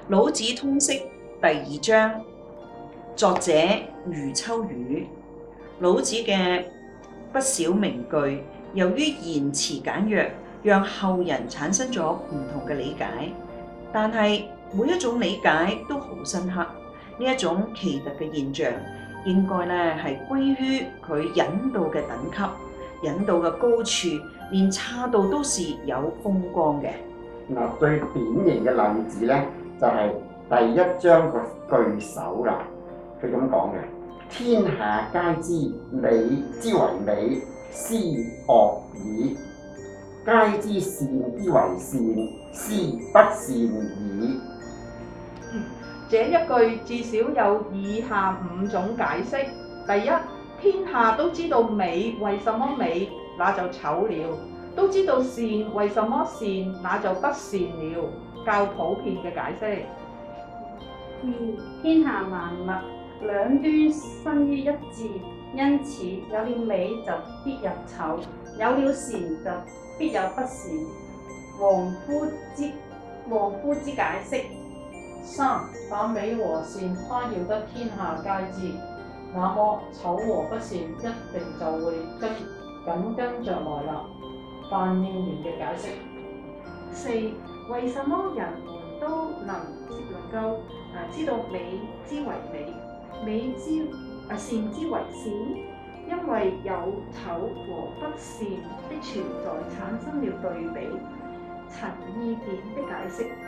老子通釋第2章，作者余秋雨。老子嘅不少名句，由於言辭簡約，讓後人產生咗唔同嘅理解。但係每一種理解都好深刻，呢一種奇特嘅現象，應該咧係歸於佢引導嘅等級、引導嘅高處，連岔道都是有風光嘅。 嗱，最典型嘅例子咧，就係第1章個句首啦。佢咁講嘅：天下皆知美之為美，斯惡已；皆知善之為善，斯不善已。 這一句至少有以下5種解釋。第一，天下都知道美為什麼美，那就醜了；都知道善為什麼善，那就不善了。較普遍嘅解釋。 2. 天下萬物兩端生於一致，因此有了美就必有醜，有了善就必有不善。王夫之解釋。 3. 把美和善誇耀得天下皆知，那麼醜和不善一定就會緊跟着來啦。范應元嘅解釋。 4. 為什麼人們都能夠知道美之為美，善之為善？因為有醜和不善的存在產生了對比。陳意典的解釋。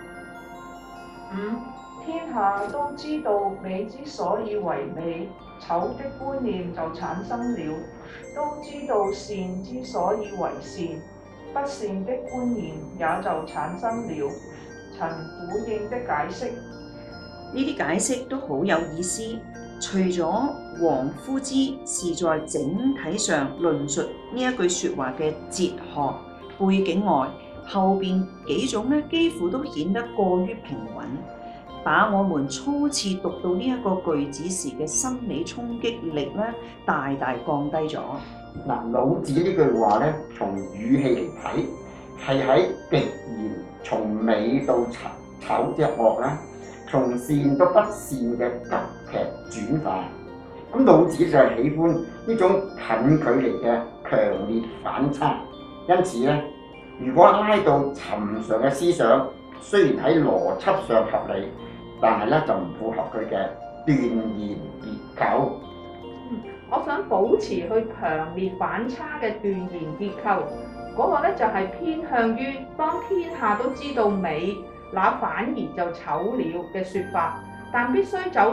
5. 天下都知道美之所以為美，醜的觀念就產生了；都知道善之所以為善，不善的觀念也就產生了。陳鼓應的解釋。 呢啲解釋都好有意思，除咗王夫之是在整體上論述呢一句説話嘅哲學背景外，後邊幾種咧幾乎都顯得過於平穩，把我們初次讀到呢一個句子時嘅心理衝擊力咧大大降低咗。 嗱，老子呢句話咧，從語氣嚟睇，係喺極言從美到醜即係惡啦，從善到不善嘅急劇轉化。咁老子就係喜歡呢種近距離嘅強烈反差，因此咧，如果拉到尋常嘅思想，雖然喺邏輯上合理，但係咧就唔符合佢嘅斷言結構。 我想保持去強烈反差嘅斷言結構，嗰個咧就係偏向於當天下都知道美，那反而就醜了嘅説法，但必須找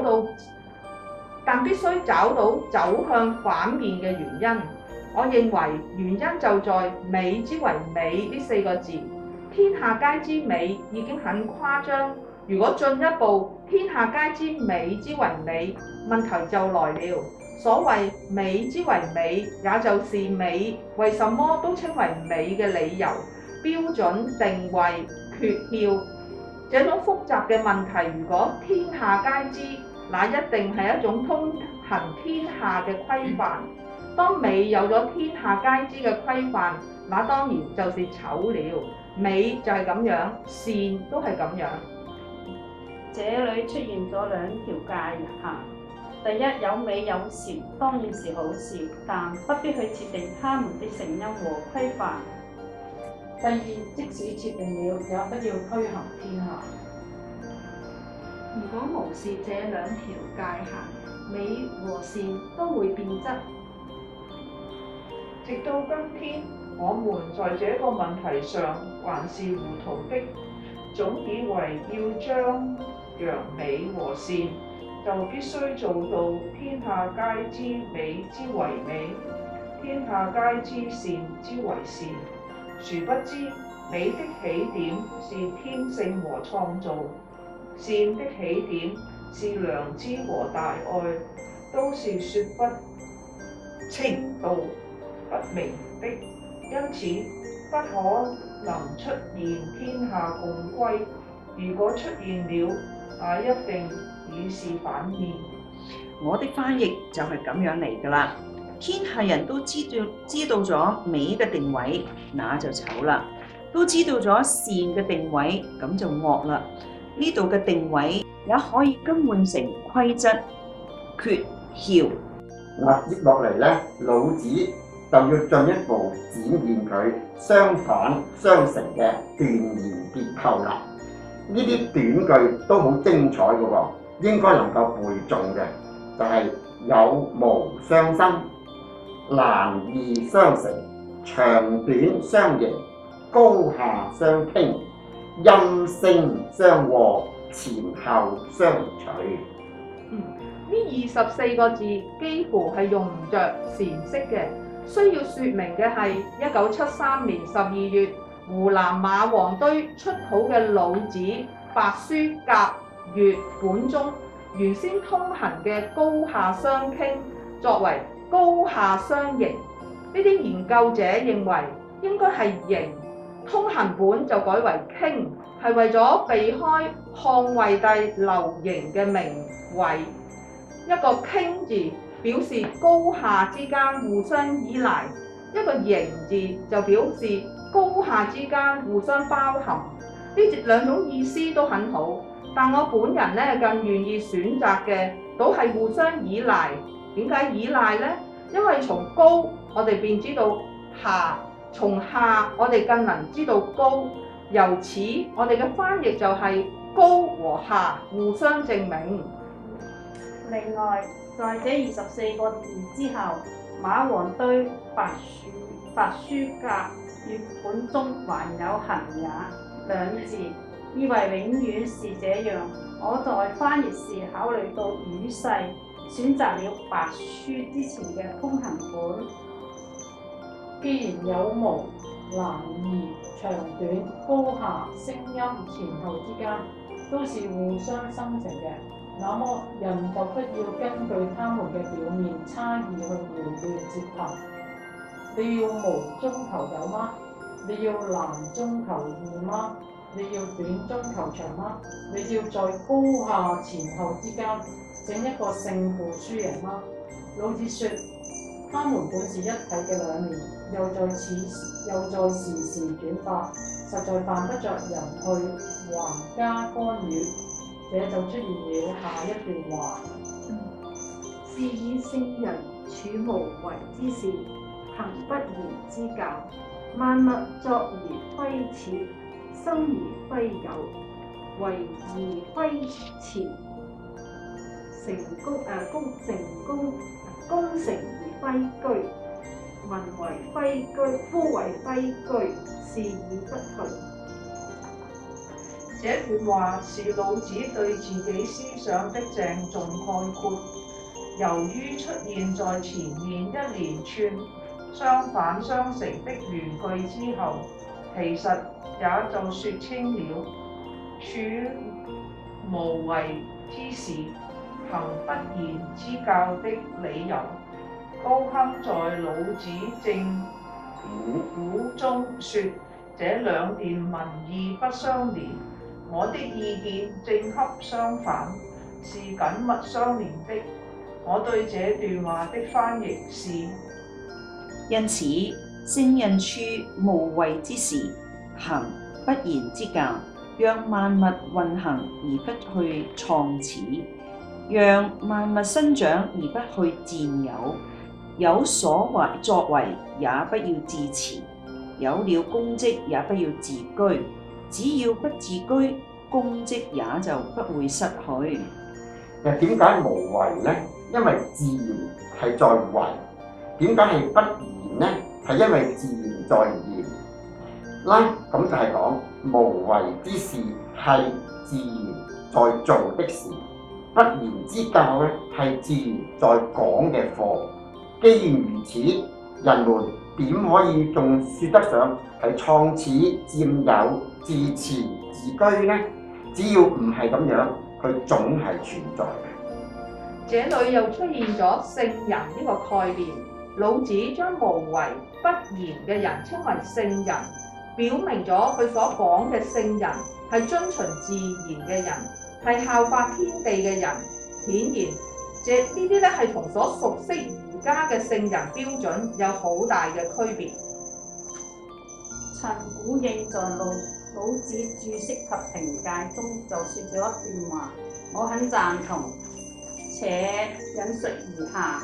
到走向反面嘅原因。我認為原因就在美之為美呢4個字，天下皆知美已經很誇張，如果進一步天下皆知美之為美，問題就來了。所謂美之為美，也就是美為什麼都稱為美嘅理由、標準、定位、訣竅。這種複雜嘅問題，如果天下皆知，那一定係一種通行天下嘅規範。當美有咗天下皆知嘅規範，那當然就是醜了。美就係咁樣，善都係咁樣。 這裡出現咗2條界限。第一，有美有善當然是好事，但不必去設定它們的成因和規範。 第二，即使設定了，也不要推行天下。 如果無視這2條界限，美和善都會變質。 直到今天，我們在這個問題上還是糊塗的，總以為要張揚美和善，就必須做到天下皆知美之為美，天下皆知善之為善。殊不知，美的起點是天性和創造，善的起點是良知和大愛，都是說不清道不明的，因此不可能出現天下共歸。如果出現了，那一定已是反面。 我的翻譯就係咁樣嚟㗎啦。天下人都知道咗美嘅定位，那就醜啦；都知道咗善嘅定位，咁就惡啦。 呢度嘅定位也可以更換成規則、訣竅。 嗱，接落嚟咧，老子就要進一步展現佢相反相成嘅斷言結構啦。呢啲短句都好精彩嘅喎，應該能夠背誦嘅，就係、有無相生、難易相成、長短相形、高下相傾、音聲相和、前後相隨。 呢24個字幾乎係用唔着闡釋嘅，需要説明嘅係1973年12月湖南馬王堆出土嘅《老子》白書甲乙本宗原先通行嘅高下相傾作為高下相形。呢啲研究者認為應該係形，通行本就改為傾，係為咗避開漢惠帝劉盈嘅名諱。一個傾字表示高下之間互相依賴，一個形字就表示高下之間互相包含。呢兩種意思都很好，但我本人咧更願意選擇嘅都係互相依賴。點解依賴呢？因為從高我哋便知道下，從下我哋更能知道高。由此我哋嘅翻譯就係高和下互相證明。 另外，在這24個字之後，馬王堆白書甲乙本宗還有行也兩字，以為永遠是這樣。我在翻譯時考慮到語勢，選擇了白書之前嘅通行本。 既然有無、難易、長短、高下、聲音前後之間都是互相生成嘅，那麼人就不要根據他們嘅表面差異去胡亂接近。你要無中求有嗎？你要難中求易嗎？你要短中求長嗎？你要在高下前後之間整一個勝負輸贏嗎？老子說，他們本是一體嘅兩面，又在時時轉化，實在犯不着人去橫加干預。這就出現了下一段話： 是以聖人處無為之事，行不言之教。萬物作而非始，生而非有，為而非前，功成而非居，民為非居，夫為非居，是以不去。 這段話是老子對自己思想的鄭重概括。由於出現在前面一連串相反相成的原句之後，其實也就說清了處無為之事，行不言之教的理由。高亨在《老子正古》中說：這兩段文意不相連。我的意見正恰相反，是緊密相連的。我對這段話的翻譯是： 因此，聖人處無為之事，行不言之教，讓萬物運行而不去創始，讓萬物生長而不去佔有，有所作為也不要自持，有了功績也不要自居。只要不自居，功績也就不會失去。 點解無為呢？因為自然係在為。點解係不言呢？係因為自然在言。咁就係講無為之事係自然在做的事，不言之教咧係自然在講嘅課。既然如此，人們點可以仲說得上係創始、佔有、自持、自居呢？只要唔係咁樣，佢總係存在嘅。 這裏又出現咗聖人呢個概念。老子將無為不言嘅人稱為聖人，表明咗佢所講嘅聖人係遵循自然嘅人，係效法天地嘅人。顯然，呢啲咧係同所熟悉而家嘅聖人標準有好大嘅區別。 陳鼓應在老子注釋及評解中就說咗一段話，我很贊同，且引述如下：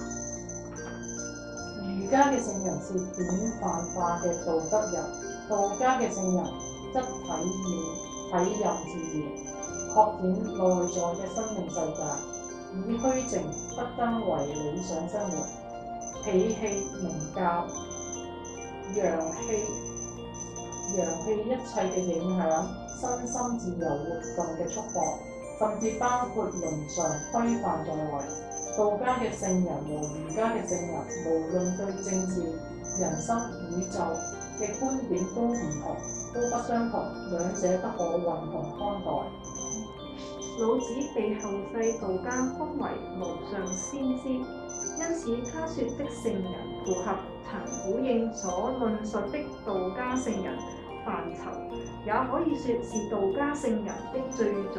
儒家嘅聖人是典範化嘅道德人，道家嘅聖人則體任自然，擴展內在嘅生命世界，以虛靜不爭為理想生活，脾氣明教，陽氣一切嘅影響，身心自由活動嘅束縛，甚至包括倫常規範在內。道家嘅聖人和儒家嘅聖人，無論對政治、人生、宇宙嘅觀點都唔同，都不相同，兩者不可混同看待。 老子被後世道家封為無上先師，因此他說的聖人符合陳鼓應所論述的道家聖人範疇，也可以說是道家聖人的最